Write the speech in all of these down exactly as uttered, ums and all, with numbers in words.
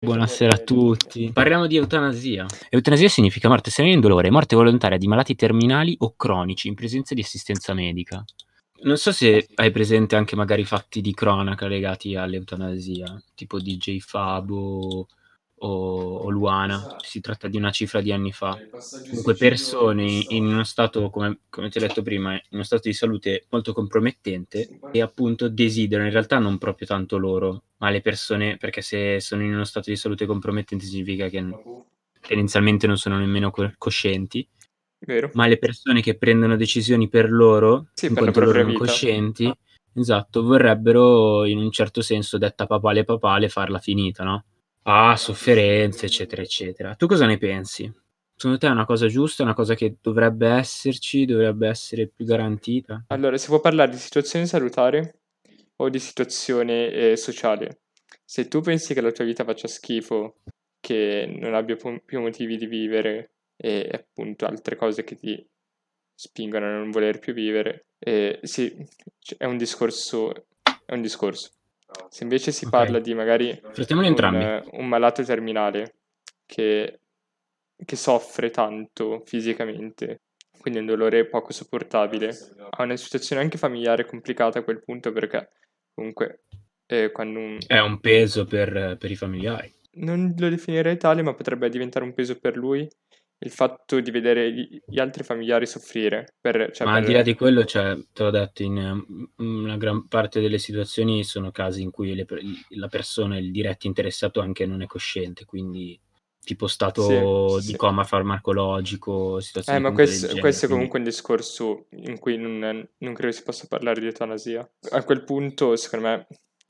Buonasera a tutti. Parliamo di eutanasia. Eutanasia significa morte serena e indolore, morte volontaria di malati terminali o cronici in presenza di assistenza medica. Non so se hai presente anche magari fatti di cronaca legati all'eutanasia, tipo D J Fabo o, o Luana. Si tratta di una cifra di anni fa. Comunque persone in uno stato, come, come ti ho detto prima, in uno stato di salute molto compromettente e appunto desiderano, in realtà non proprio tanto loro, ma le persone, perché se sono in uno stato di salute compromettente significa che tendenzialmente non sono nemmeno co- coscienti, Vero? ma le persone che prendono decisioni per loro, Sì, in per la quanto loro propria non vita. coscienti, esatto, vorrebbero in un certo senso, detta papale papale, farla finita, no? Ah, sofferenze, eccetera, eccetera. Tu cosa ne pensi? Secondo te è una cosa giusta, è una cosa che dovrebbe esserci, dovrebbe essere più garantita? Allora, si può parlare di situazione salutare o di situazione eh, sociale. Se tu pensi che la tua vita faccia schifo, che non abbia pu- più motivi di vivere e appunto altre cose che ti spingono a non voler più vivere, eh, sì, c- è un discorso, è un discorso. Se invece si parla Ok. di magari Trattiamoli un, entrambi. eh, un malato terminale che, che soffre tanto fisicamente, quindi un dolore poco sopportabile, ha una situazione anche familiare complicata a quel punto perché comunque eh, quando un... È un peso per, per i familiari. non lo definirei tale, ma potrebbe diventare un peso per lui il fatto di vedere gli, gli altri familiari soffrire, per, cioè Ma al di là per... di quello, cioè, te l'ho detto, in eh, una gran parte delle situazioni sono casi in cui le per- la persona, il diretto interessato anche non è cosciente, quindi tipo Sì, stato di sì. coma farmacologico, Eh, situazioni ma comunque del questo, genere. questo è Quindi comunque un discorso in cui non, non credo si possa parlare di eutanasia. A quel punto, secondo me,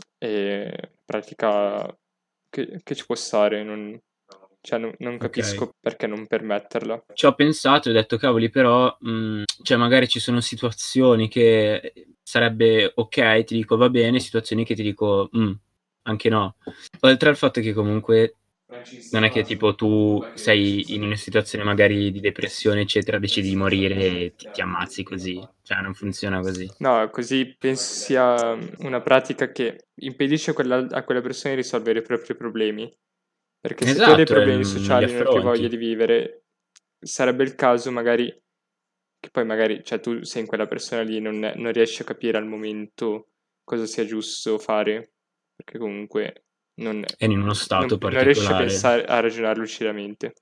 è pratica che, che ci può stare, non, cioè, non, non ok. capisco perché non permetterla. Ci ho pensato e ho detto, cavoli, però, mh, cioè magari ci sono situazioni che sarebbe ok, ti dico va bene, situazioni che ti dico "Mm, anche no. Oltre al fatto che comunque non è che tipo tu sei in una situazione magari di depressione, eccetera, decidi di morire e ti, ti ammazzi così. Cioè, non funziona così. No, così penso sia una pratica che impedisce a quella, a quella persona di risolvere i propri problemi. Perché se tu hai dei Esatto, e problemi non li sociali e non hai più voglia affronti. di vivere, sarebbe il caso magari che poi magari, cioè tu sei in quella persona lì, non, non riesci a capire al momento cosa sia giusto fare, perché comunque non, È in uno non, stato non riesci a particolare. pensare, a ragionare lucidamente.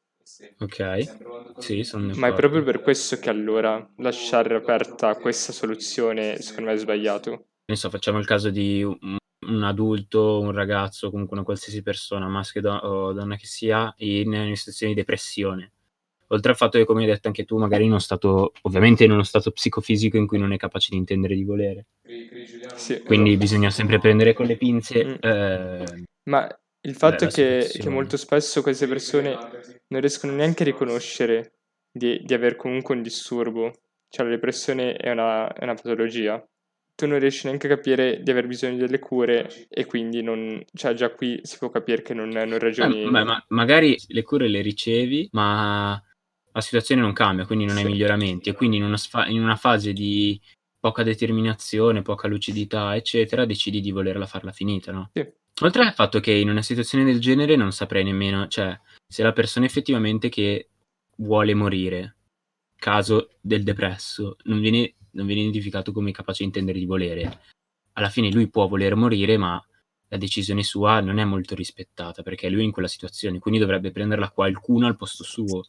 Ok? Sì, sono Ma è proprio d'accordo. per questo che allora lasciare aperta questa soluzione, secondo me, è sbagliato. Ne so, facciamo il caso di un, un adulto, un ragazzo, comunque una qualsiasi persona, maschio do- o donna che sia, in, in situazioni di depressione. Oltre al fatto che, come hai detto anche tu, magari in uno stato, ovviamente in uno stato psicofisico in cui non è capace di intendere e di volere. Sì, Quindi esatto. bisogna sempre prendere con le pinze Mm. eh, Ma il la, fatto è la che, che situazione. molto spesso queste persone non riescono neanche a riconoscere di, di aver comunque un disturbo, cioè la depressione è una, è una patologia. Tu non riesci neanche a capire di aver bisogno delle cure e quindi non, cioè già qui si può capire che non, non Eh, beh, ragioni. ma magari le cure le ricevi, ma la situazione non cambia, quindi non hai Sì, miglioramenti e quindi in una, sfa- in una fase di poca determinazione, poca lucidità, eccetera, decidi di volerla farla finita, no? sì, Oltre al fatto che in una situazione del genere non saprei nemmeno, cioè, se la persona effettivamente che vuole morire, caso del depresso, non viene, non viene identificato come capace di intendere di volere, alla fine lui può voler morire, ma la decisione sua non è molto rispettata perché lui è in quella situazione, quindi dovrebbe prenderla qualcuno al posto suo.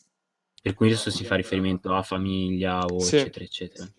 Per cui adesso si fa riferimento a famiglia o sì, eccetera, eccetera.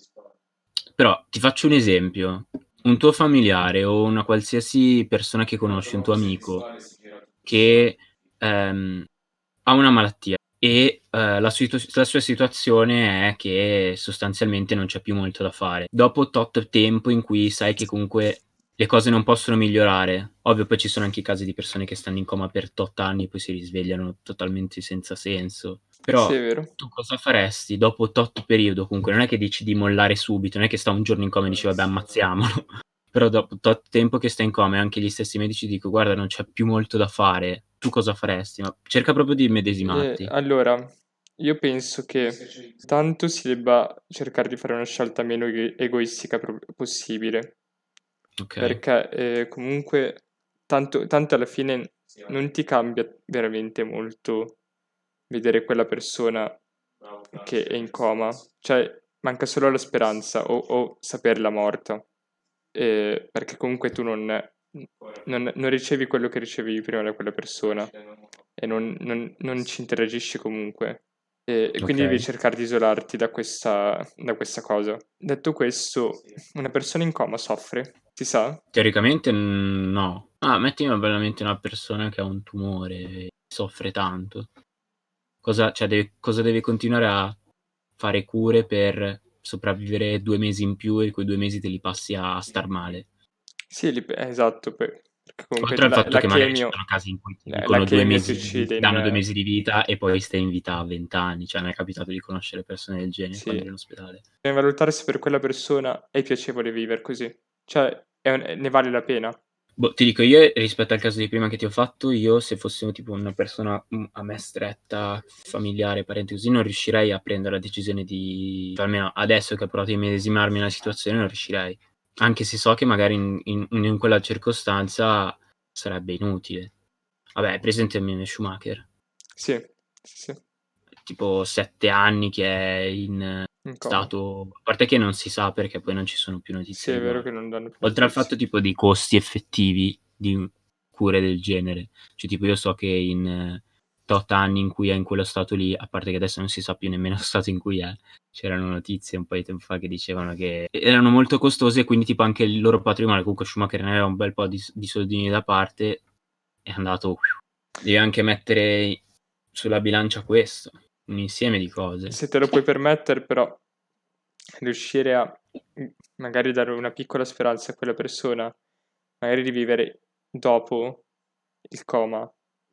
Però ti faccio un esempio. Un tuo familiare o una qualsiasi persona che conosci, un tuo amico, che ehm, ha una malattia e eh, la, situ- la sua situazione è che sostanzialmente non c'è più molto da fare. Dopo tot tempo in cui sai che comunque le cose non possono migliorare, ovvio poi ci sono anche i casi di persone che stanno in coma per tot anni e poi si risvegliano totalmente senza senso. sì, Però è vero. tu cosa faresti dopo tot periodo? Comunque non è che dici di mollare subito, non è che sta un giorno in coma e dici vabbè ammazziamolo. Però dopo tot tempo che sta in coma e anche gli stessi medici dicono guarda non c'è più molto da fare, tu cosa faresti? Ma cerca proprio di E immedesimarti. allora, io penso che tanto si debba cercare di fare una scelta meno ego- egoistica pro- possibile, Ok? perché eh, comunque tanto, tanto alla fine non ti cambia veramente molto vedere quella persona che è in coma, cioè manca solo la speranza o, o saperla morta, eh, perché comunque tu non, non, non ricevi quello che ricevevi prima da quella persona e non, non, non ci interagisci comunque. E, e quindi devi Ok. cercare di isolarti da questa, da questa cosa. Detto questo, una persona in coma soffre, si sa? Teoricamente mm, no. Ah, metti bellamente una persona che ha un tumore e soffre tanto. Cosa, cioè, deve, cosa deve continuare a fare cure per sopravvivere due mesi in più e quei due mesi te li passi a star male? Sì, li- eh, esatto, per- perché comunque Oltre al la, fatto la che magari ci sono chemio, casi in cui ti la, la dicono due chemio ti mesi, di- uccide ti danno due in... mesi di vita e poi stai in vita a vent'anni. Cioè, mi è capitato di conoscere persone del genere Sì, quando ero in ospedale. bisogna valutare se per quella persona è piacevole vivere così. Cioè, è un- ne vale la pena. Boh, ti dico, io rispetto al caso di prima che ti ho fatto, io se fossi tipo una persona mm, a me stretta, familiare, parente così, non riuscirei a prendere la decisione di, cioè, almeno adesso che ho provato a immedesimarmi nella situazione, non riuscirei. Anche se so che magari in, in- in quella circostanza sarebbe inutile. Vabbè, è presente Michael Schumacher, Sì, sì, sì, tipo sette anni che è in in coma. stato, a parte che non si sa perché poi non ci sono più Sì, notizie a è vero riguardo. che non danno più Oltre al notizie. fatto tipo di costi effettivi di cure del genere, cioè tipo io so che in eh, tot anni in cui è in quello stato lì, a parte che adesso non si sa più nemmeno lo stato in cui è, c'erano notizie un po' di tempo fa che dicevano che erano molto costose e quindi tipo anche il loro patrimonio, comunque Schumacher ne aveva un bel po' di, di soldini da parte, è andato, devi anche mettere sulla bilancia questo, un insieme di cose. Se te lo puoi permettere, però, riuscire a mm, magari dare una piccola speranza a quella persona, magari di vivere dopo il coma,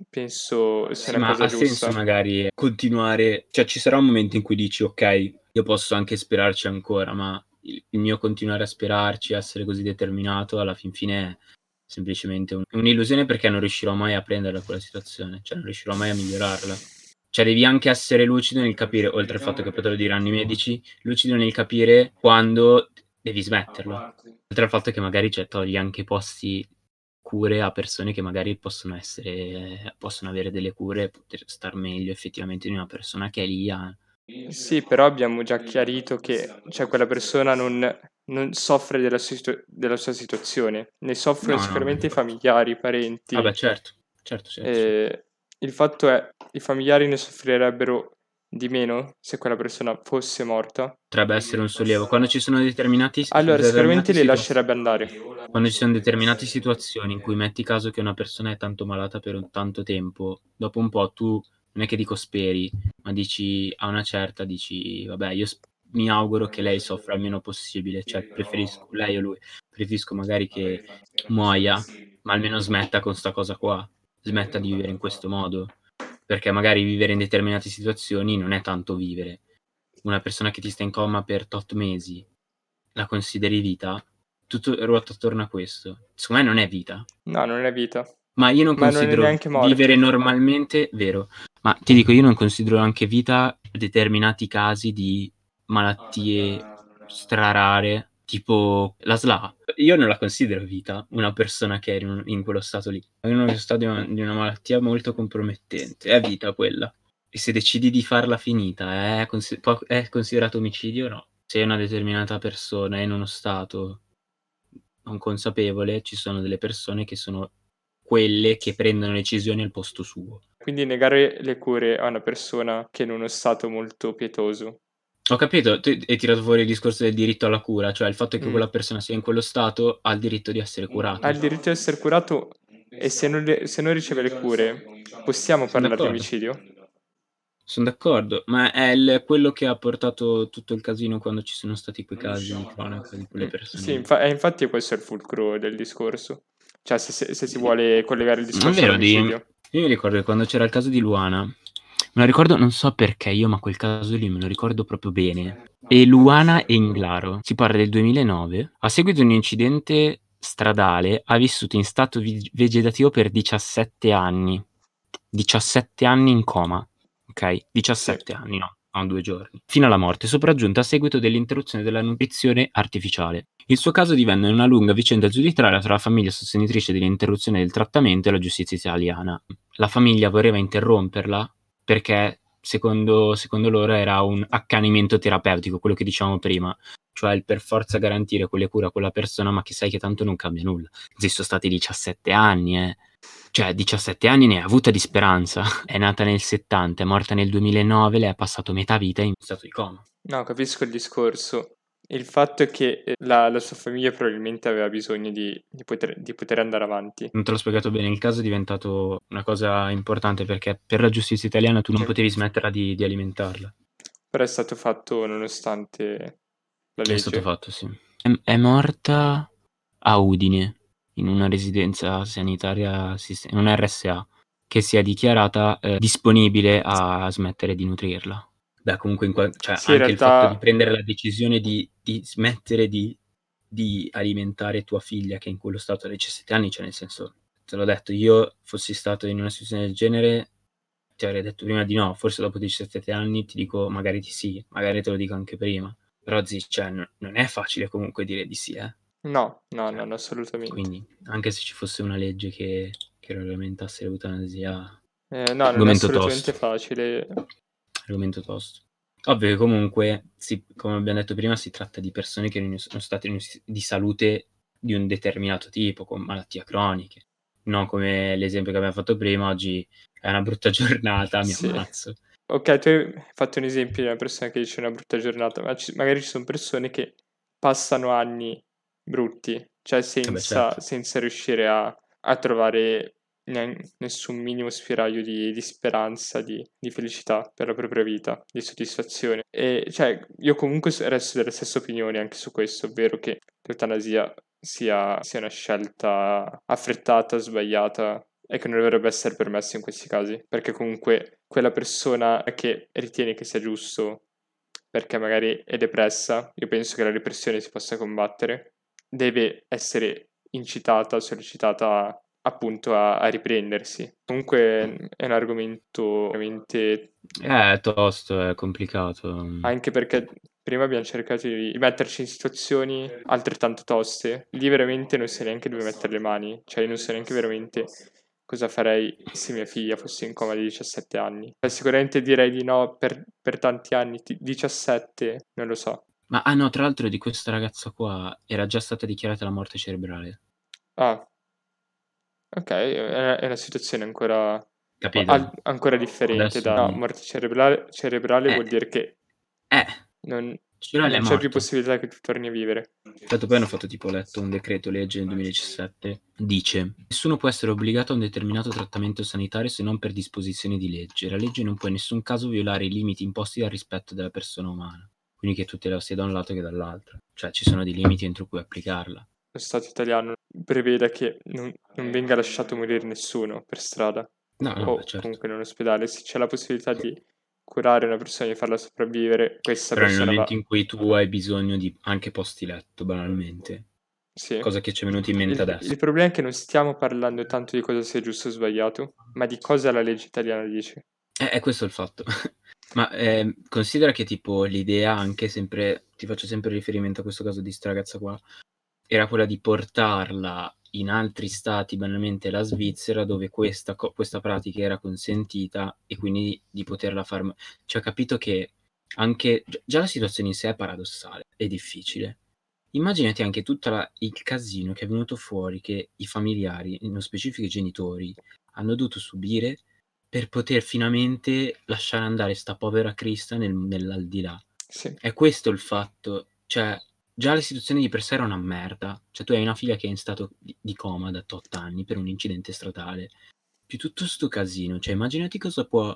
penso sia Sì, una ma cosa ha senso giusta. magari continuare, cioè ci sarà un momento in cui dici ok, io posso anche sperarci ancora, ma il, il mio continuare a sperarci, essere così determinato, alla fin fine è semplicemente un- un'illusione perché non riuscirò mai a prenderla quella situazione, cioè non riuscirò mai a migliorarla. Cioè devi anche essere lucido nel capire, oltre al fatto che poi te lo diranno i medici, lucido nel capire quando devi smetterlo. Oltre al fatto che magari cioè, togli anche posti cure a persone che magari possono essere possono avere delle cure e poter star meglio effettivamente di una persona che è lì a Sì, però abbiamo già chiarito che cioè, quella persona non, non soffre della, situ- della sua situazione, ne soffrono no, no, ma sicuramente i infatti. familiari, i parenti. Vabbè, certo, certo, certo, certo. E il fatto è, i familiari ne soffrirebbero di meno se quella persona fosse morta. Potrebbe essere un sollievo. Quando ci sono determinati Allora, sicuramente determinate li situazio lascerebbe andare. quando ci sono determinate situazioni in cui metti caso che una persona è tanto malata per un tanto tempo, dopo un po' tu non è che dico speri, ma dici a una certa dici vabbè, io sp- mi auguro che lei soffra il meno possibile, cioè preferisco lei o lui, preferisco magari che muoia, ma almeno smetta con sta cosa qua, smetta di vivere in questo modo, perché magari vivere in determinate situazioni non è tanto vivere. Una persona che ti sta in coma per tot mesi, la consideri vita? Tutto ruota attorno a questo. Secondo me non è vita. No, non è vita. Ma io non Ma non è considero neanche vivere morte. normalmente, vero, ma ti dico, io non considero anche vita determinati casi di malattie strarare, tipo la S L A. Io non la considero vita, una persona che è in, in quello stato lì. È in uno stato di una, di una malattia molto compromettente. È vita quella. E se decidi di farla finita, è, consi- può- è considerato omicidio o no? Se una determinata persona è in uno stato non consapevole, ci sono delle persone che sono quelle che prendono decisioni al posto suo. Quindi negare le cure a una persona che è in uno stato molto pietoso. Ho capito, tu hai tirato fuori il discorso del diritto alla cura, cioè il fatto che Mm. quella persona sia in quello stato ha il diritto di essere Ha curato. il diritto di essere curato e se non, le- se non riceve le cure, possiamo Sono parlare di d'accordo, omicidio? sono d'accordo, ma è il- quello che ha portato tutto il casino quando ci sono stati quei casi di cronaca di quelle Mm, persone sì, lì. infa- eh, infatti questo è il fulcro del discorso. Cioè, se, se- se si vuole collegare il È discorso vero, di... all'omicidio. io mi ricordo che quando c'era il caso di Luana, me lo ricordo, non so perché io, ma quel caso lì me lo ricordo proprio bene. E Luana e Inglaro, si parla del duemilanove, a seguito di un incidente stradale ha vissuto in stato vi- vegetativo per diciassette anni. diciassette anni in coma, ok? Sì. diciassette anni, no? No, due giorni. Fino alla morte, sopraggiunta a seguito dell'interruzione della nutrizione artificiale. Il suo caso divenne una lunga vicenda giudiziaria tra la famiglia sostenitrice dell'interruzione del trattamento e la giustizia italiana. La famiglia voleva interromperla perché, secondo, secondo loro, era un accanimento terapeutico, quello che dicevamo prima, cioè il per forza garantire quelle cure a quella persona, ma che sai che tanto non cambia nulla. Ci sono stati diciassette anni, eh. Cioè, diciassette anni ne ha avuta di speranza. È nata nel settanta, è morta nel duemilanove, lei ha passato metà vita in stato di coma. No, capisco il discorso. Il fatto è che eh, la, la sua famiglia probabilmente aveva bisogno di, di poter, di poter andare avanti. Non te l'ho spiegato bene, il caso è diventato una cosa importante perché per la giustizia italiana tu non Sì. potevi smetterla di, di alimentarla. Però è stato fatto nonostante la È stato legge. fatto, sì. È, è morta a Udine, in una residenza sanitaria, assist- in una R S A, che si è dichiarata eh, disponibile a smettere di nutrirla. Beh, comunque, in qual- cioè, Sì, in anche il fatto di realtà prendere la decisione di, di smettere di, di alimentare tua figlia, che è in quello stato a diciassette anni, cioè nel senso, te l'ho detto, io fossi stato in una situazione del genere, ti avrei detto prima di no, forse dopo diciassette anni ti dico magari di sì, magari te lo dico anche prima. Però zi, cioè, no- non è facile comunque dire di sì, eh. no, no, Cioè, no, no, assolutamente. quindi, anche se ci fosse una legge che, che regolamentasse l'eutanasia, Eh, no, non è argomento assolutamente tosto. facile. Argomento tosto. Ovvio che comunque, si- come abbiamo detto prima, si tratta di persone che non sono state in un s- di salute di un determinato tipo, con malattie croniche. Non come l'esempio che abbiamo fatto prima, oggi è una brutta giornata, mi Sì. ammazzo. Ok, tu hai fatto un esempio di una persona che dice una brutta giornata, ma ci- magari ci sono persone che passano anni brutti, cioè Vabbè, senza, certo. senza riuscire a, a trovare ne- nessun minimo spiraglio di, di speranza, di, di felicità per la propria vita, di soddisfazione. E cioè, io comunque s- resto della stessa opinione anche su questo, ovvero che l'eutanasia sia, sia una scelta affrettata, sbagliata e che non dovrebbe essere permesso in questi casi, perché comunque quella persona che ritiene che sia giusto perché magari è depressa, io penso che la depressione si possa combattere, deve essere incitata, sollecitata appunto a, a riprendersi. Comunque è un argomento veramente, Eh, È tosto, è complicato. anche perché prima abbiamo cercato di metterci in situazioni altrettanto toste, lì veramente non sai neanche dove mettere le mani, cioè io non so neanche veramente cosa farei se mia figlia fosse in coma di diciassette anni. Cioè, sicuramente direi di no per, per tanti anni, ti- diciassette, non lo so. Ma ah no, tra l'altro di questa ragazza qua era già stata dichiarata la morte cerebrale, Ah, ok, è, è una situazione ancora, al- capito? ancora differente Adesso da no, non... morte cerebrale, cerebrale Eh, vuol dire che eh, non, cerebrale è non c'è più morto. possibilità che tu torni a vivere. Tanto poi hanno fatto tipo letto un decreto legge nel duemiladiciassette. Dice: nessuno può essere obbligato a un determinato trattamento sanitario se non per disposizione di legge. La legge non può in nessun caso violare i limiti imposti dal rispetto della persona umana. Quindi che tutela sia da un lato che dall'altro. Cioè ci sono dei limiti entro cui applicarla. Lo Stato italiano prevede che non, non venga lasciato morire nessuno per strada No, no, beh, o certo. comunque in un ospedale. Se c'è la possibilità di curare una persona e di farla sopravvivere, questa Però nel persona momento va. in cui tu hai bisogno di anche posti letto, banalmente, Sì. cosa che ci è venuto in mente Il, adesso. il problema è che non stiamo parlando tanto di cosa sia giusto o sbagliato, ma di cosa la legge italiana dice. Eh, è questo il fatto. Ma eh, considera che tipo l'idea anche sempre, ti faccio sempre riferimento a questo caso di sta ragazza qua, era quella di portarla in altri stati, banalmente la Svizzera, dove questa, co- questa pratica era consentita e quindi di poterla fare. Cioè, ho capito che anche gi- già la situazione in sé è paradossale, è difficile. Immaginati anche tutto il casino che è venuto fuori che i familiari, nello specifico i genitori, hanno dovuto subire per poter finalmente lasciare andare sta povera Crista nel, nell'aldilà. Sì. È questo il fatto, cioè, già la situazione di per sé era una merda. Cioè, tu hai una figlia che è in stato di, di coma da otto anni per un incidente stradale. Più tutto sto casino, cioè, immaginati cosa può...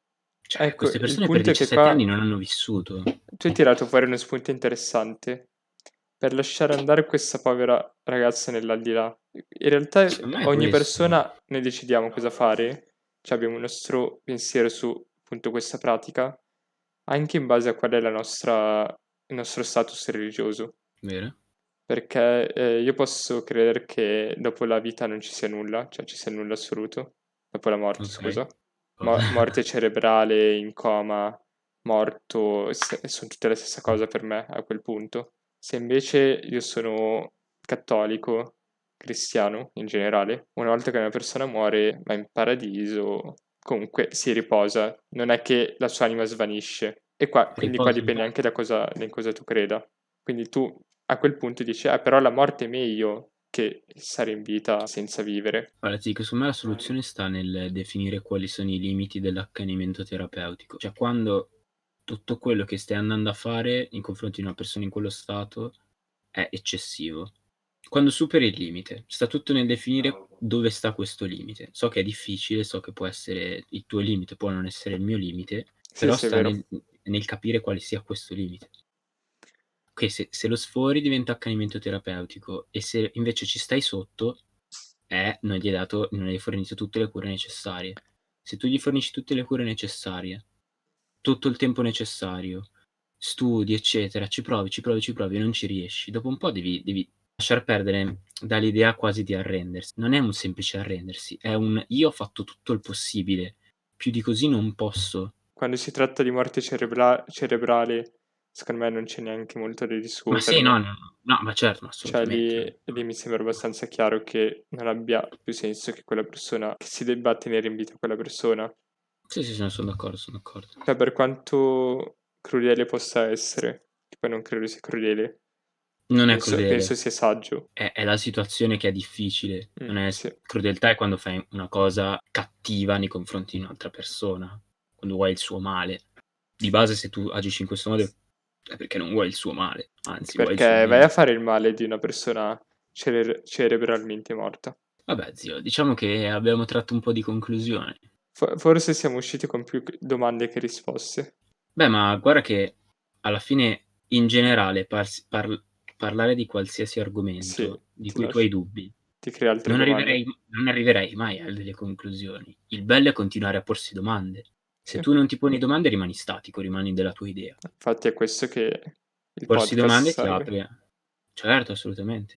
Cioè, Ecco, queste il persone per punto è che diciassette qua anni non hanno vissuto. tu hai tirato fuori uno spunto interessante per lasciare andare questa povera ragazza nell'aldilà. In realtà Secondo me è ogni questo. persona noi decidiamo cosa fare, cioè abbiamo il nostro pensiero su appunto questa pratica, anche in base a qual è la nostra, il nostro status religioso. Vero? Perché eh, io posso credere che dopo la vita non ci sia nulla, cioè ci sia nulla assoluto, dopo la morte, Ok. scusa. Mo- morte cerebrale, in coma, morto, se- sono tutte la stessa cosa per me a quel punto. Se invece io sono cattolico, cristiano in generale, una volta che una persona muore va in paradiso, comunque si riposa, non è che la sua anima svanisce. E qua, quindi qua Riposo. dipende anche da cosa, in cosa tu creda. Quindi tu a quel punto dici, ah, però la morte è meglio che stare in vita senza vivere. Guarda, ti dico, secondo me la soluzione sta nel definire quali sono i limiti dell'accanimento terapeutico. Cioè, quando tutto quello che stai andando a fare in confronti di una persona in quello stato è eccessivo. Quando superi il limite, sta tutto nel definire dove sta questo limite. So che è difficile, so che può essere il tuo limite, può non essere il mio limite, Sì, però sì, è sta vero. nel, nel capire quale sia questo limite. Che se, se lo sfori diventa accanimento terapeutico e se invece ci stai sotto, eh, non gli hai dato, non hai fornito tutte le cure necessarie. Se tu gli fornisci tutte le cure necessarie, tutto il tempo necessario, studi, eccetera, ci provi, ci provi, ci provi e non ci riesci, dopo un po' devi, devi lasciar perdere dall'idea quasi di arrendersi. Non è un semplice arrendersi, è un io ho fatto tutto il possibile, più di così non posso. Quando si tratta di morte cerebra- cerebrale, secondo me non c'è neanche molto da Ma sì, no, discuterne. no, no, ma certo, Cioè assolutamente. lì, lì mi sembra abbastanza chiaro che non abbia più senso che quella persona, che si debba tenere in vita quella persona. Sì, sì, sì, no, sono d'accordo, sono d'accordo. Cioè per quanto crudele possa essere, che poi non credo sia crudele, Non è penso, penso crudele, sia saggio. è, è la situazione che è difficile. Mm, Non è sì. crudeltà è quando fai una cosa cattiva nei confronti di un'altra persona, quando vuoi il suo male. Di base, se tu agisci in questo modo è perché non vuoi il suo male, Anche anzi vuoi il suo perché vai bene. a fare il male di una persona cere- cerebralmente morta. Vabbè, zio, diciamo che abbiamo tratto un po' di conclusioni. Fo- forse siamo usciti con più domande che risposte. Beh, ma guarda che alla fine, in generale, par- par- parlare di qualsiasi Sì, argomento di ti cui tu hai lascio, dubbi, ti crea altre non domande. arriverei, non arriverei mai a delle conclusioni. Il bello è continuare a porsi domande. Se Sì. tu non ti poni domande, rimani statico, rimani della tua idea. Infatti è questo che il Porsi podcast domande ti serve. apre. Certo, assolutamente.